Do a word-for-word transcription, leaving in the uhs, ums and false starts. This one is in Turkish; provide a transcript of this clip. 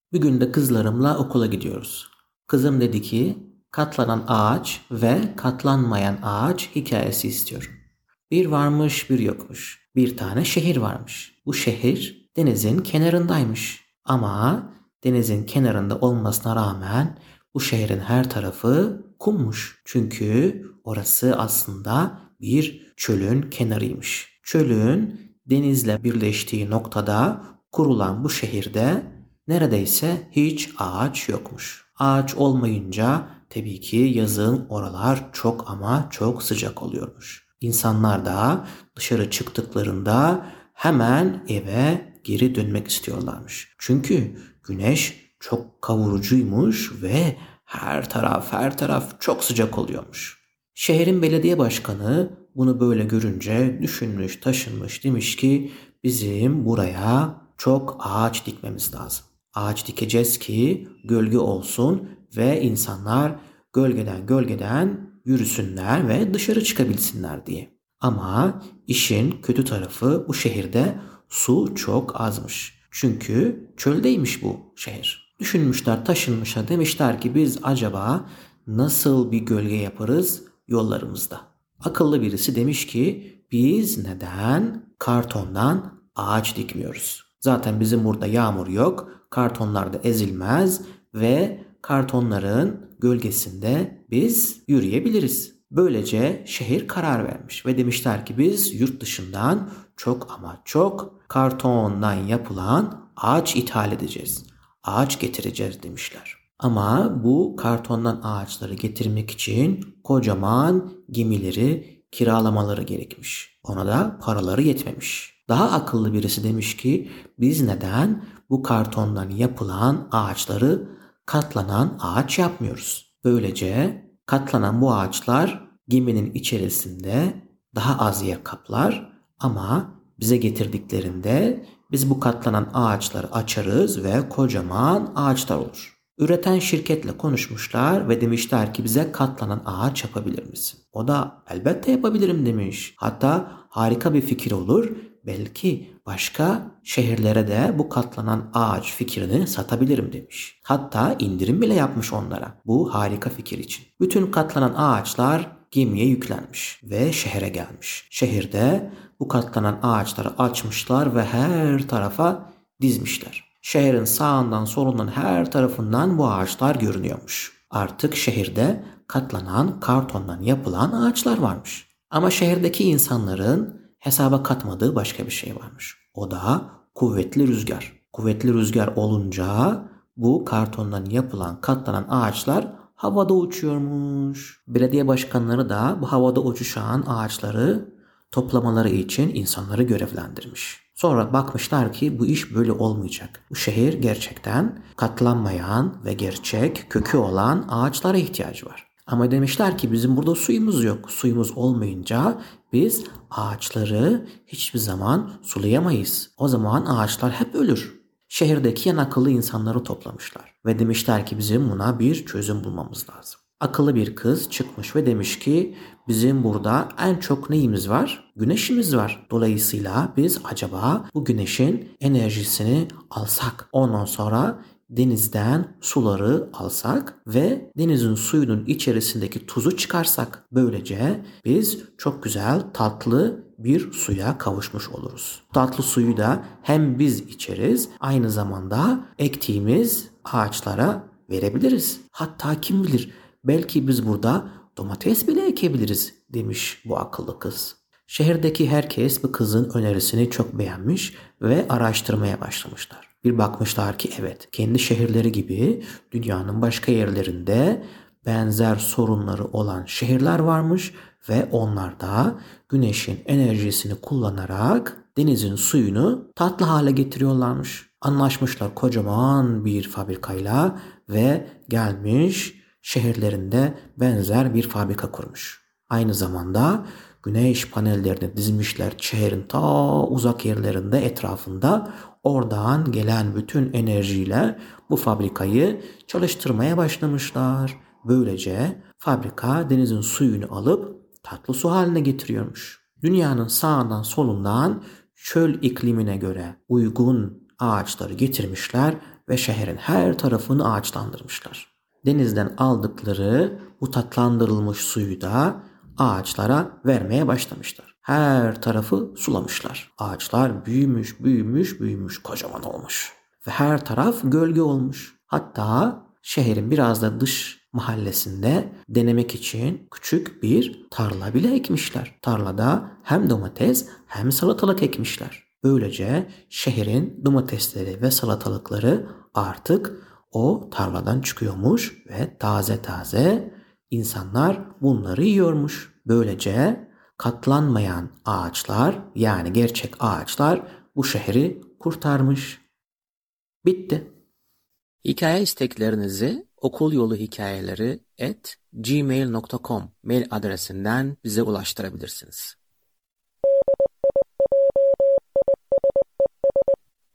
Bir gün de kızlarımla okula gidiyoruz. Kızım dedi ki katlanan ağaç ve katlanmayan ağaç hikayesi istiyorum. Bir varmış bir yokmuş. Bir tane şehir varmış. Bu şehir denizin kenarındaymış. Ama denizin kenarında olmasına rağmen bu şehrin her tarafı kummuş. Çünkü orası aslında bir çölün kenarıymış. Çölün denizle birleştiği noktada kurulan bu şehirde neredeyse hiç ağaç yokmuş. Ağaç olmayınca tabii ki yazın oralar çok ama çok sıcak oluyormuş. İnsanlar da dışarı çıktıklarında hemen eve geri dönmek istiyorlarmış. Çünkü güneş çok kavurucuymuş ve her taraf her taraf çok sıcak oluyormuş. Şehrin belediye başkanı bunu böyle görünce düşünmüş, taşınmış, demiş ki bizim buraya çok ağaç dikmemiz lazım. Ağaç dikeceğiz ki gölge olsun ve insanlar gölgeden gölgeden yürüsünler ve dışarı çıkabilsinler diye. Ama işin kötü tarafı bu şehirde su çok azmış. Çünkü çöldeymiş bu şehir. Düşünmüşler, taşınmışlar, demişler ki biz acaba nasıl bir gölge yaparız yollarımızda? Akıllı birisi demiş ki biz neden kartondan ağaç dikmiyoruz? Zaten bizim burada yağmur yok, kartonlar da ezilmez ve kartonların gölgesinde biz yürüyebiliriz. Böylece şehir karar vermiş ve demişler ki biz yurt dışından çok ama çok kartondan yapılan ağaç ithal edeceğiz. Ağaç getireceğiz demişler. Ama bu kartondan ağaçları getirmek için kocaman gemileri kiralamaları gerekmiş. Ona da paraları yetmemiş. Daha akıllı birisi demiş ki biz neden bu kartondan yapılan ağaçları katlanan ağaç yapmıyoruz? Böylece katlanan bu ağaçlar geminin içerisinde daha az yer kaplar ama bize getirdiklerinde biz bu katlanan ağaçları açarız ve kocaman ağaçlar olur. Üreten şirketle konuşmuşlar ve demişler ki bize katlanan ağaç yapabilir misin? O da elbette yapabilirim demiş. Hatta harika bir fikir olur. Belki başka şehirlere de bu katlanan ağaç fikrini satabilirim demiş. Hatta indirim bile yapmış onlara bu harika fikir için. Bütün katlanan ağaçlar gemiye yüklenmiş ve şehre gelmiş. Şehirde bu katlanan ağaçları açmışlar ve her tarafa dizmişler. Şehrin sağından solundan her tarafından bu ağaçlar görünüyormuş. Artık şehirde katlanan kartondan yapılan ağaçlar varmış. Ama şehirdeki insanların hesaba katmadığı başka bir şey varmış. O da kuvvetli rüzgar. Kuvvetli rüzgar olunca bu kartondan yapılan katlanan ağaçlar havada uçuyormuş. Belediye başkanları da bu havada uçuşan ağaçları toplamaları için insanları görevlendirmiş. Sonra bakmışlar ki bu iş böyle olmayacak. Bu şehir gerçekten katlanmayan ve gerçek kökü olan ağaçlara ihtiyacı var. Ama demişler ki bizim burada suyumuz yok. Suyumuz olmayınca biz ağaçları hiçbir zaman sulayamayız. O zaman ağaçlar hep ölür. Şehirdeki en akıllı insanları toplamışlar. Ve demişler ki bizim buna bir çözüm bulmamız lazım. Akıllı bir kız çıkmış ve demiş ki bizim burada en çok neyimiz var? Güneşimiz var. Dolayısıyla biz acaba bu güneşin enerjisini alsak, ondan sonra denizden suları alsak ve denizin suyunun içerisindeki tuzu çıkarsak, böylece biz çok güzel tatlı bir suya kavuşmuş oluruz. Tatlı suyu da hem biz içeriz, aynı zamanda ektiğimiz ağaçlara verebiliriz. Hatta kim bilir, belki biz burada domates bile ekebiliriz demiş bu akıllı kız. Şehirdeki herkes bu kızın önerisini çok beğenmiş ve araştırmaya başlamışlar. Bir bakmışlar ki evet, kendi şehirleri gibi dünyanın başka yerlerinde benzer sorunları olan şehirler varmış ve onlar da güneşin enerjisini kullanarak denizin suyunu tatlı hale getiriyorlarmış. Anlaşmışlar kocaman bir fabrikayla ve gelmiş şehirlerinde benzer bir fabrika kurmuş. Aynı zamanda güneş panellerini dizmişler şehrin ta uzak yerlerinde etrafında. Oradan gelen bütün enerjiyle bu fabrikayı çalıştırmaya başlamışlar. Böylece fabrika denizin suyunu alıp tatlı su haline getiriyormuş. Dünyanın sağından solundan çöl iklimine göre uygun ağaçları getirmişler ve şehrin her tarafını ağaçlandırmışlar. Denizden aldıkları bu tatlandırılmış suyu da ağaçlara vermeye başlamışlar. Her tarafı sulamışlar. Ağaçlar büyümüş, büyümüş, büyümüş, kocaman olmuş. Ve her taraf gölge olmuş. Hatta şehrin biraz da dış mahallesinde denemek için küçük bir tarla bile ekmişler. Tarlada hem domates hem salatalık ekmişler. Böylece şehrin domatesleri ve salatalıkları artık o tarladan çıkıyormuş ve taze taze insanlar bunları yiyormuş. Böylece katlanmayan ağaçlar, yani gerçek ağaçlar bu şehri kurtarmış. Bitti. Hikaye isteklerinizi okulyoluhikayeleri at gmail nokta com mail adresinden bize ulaştırabilirsiniz.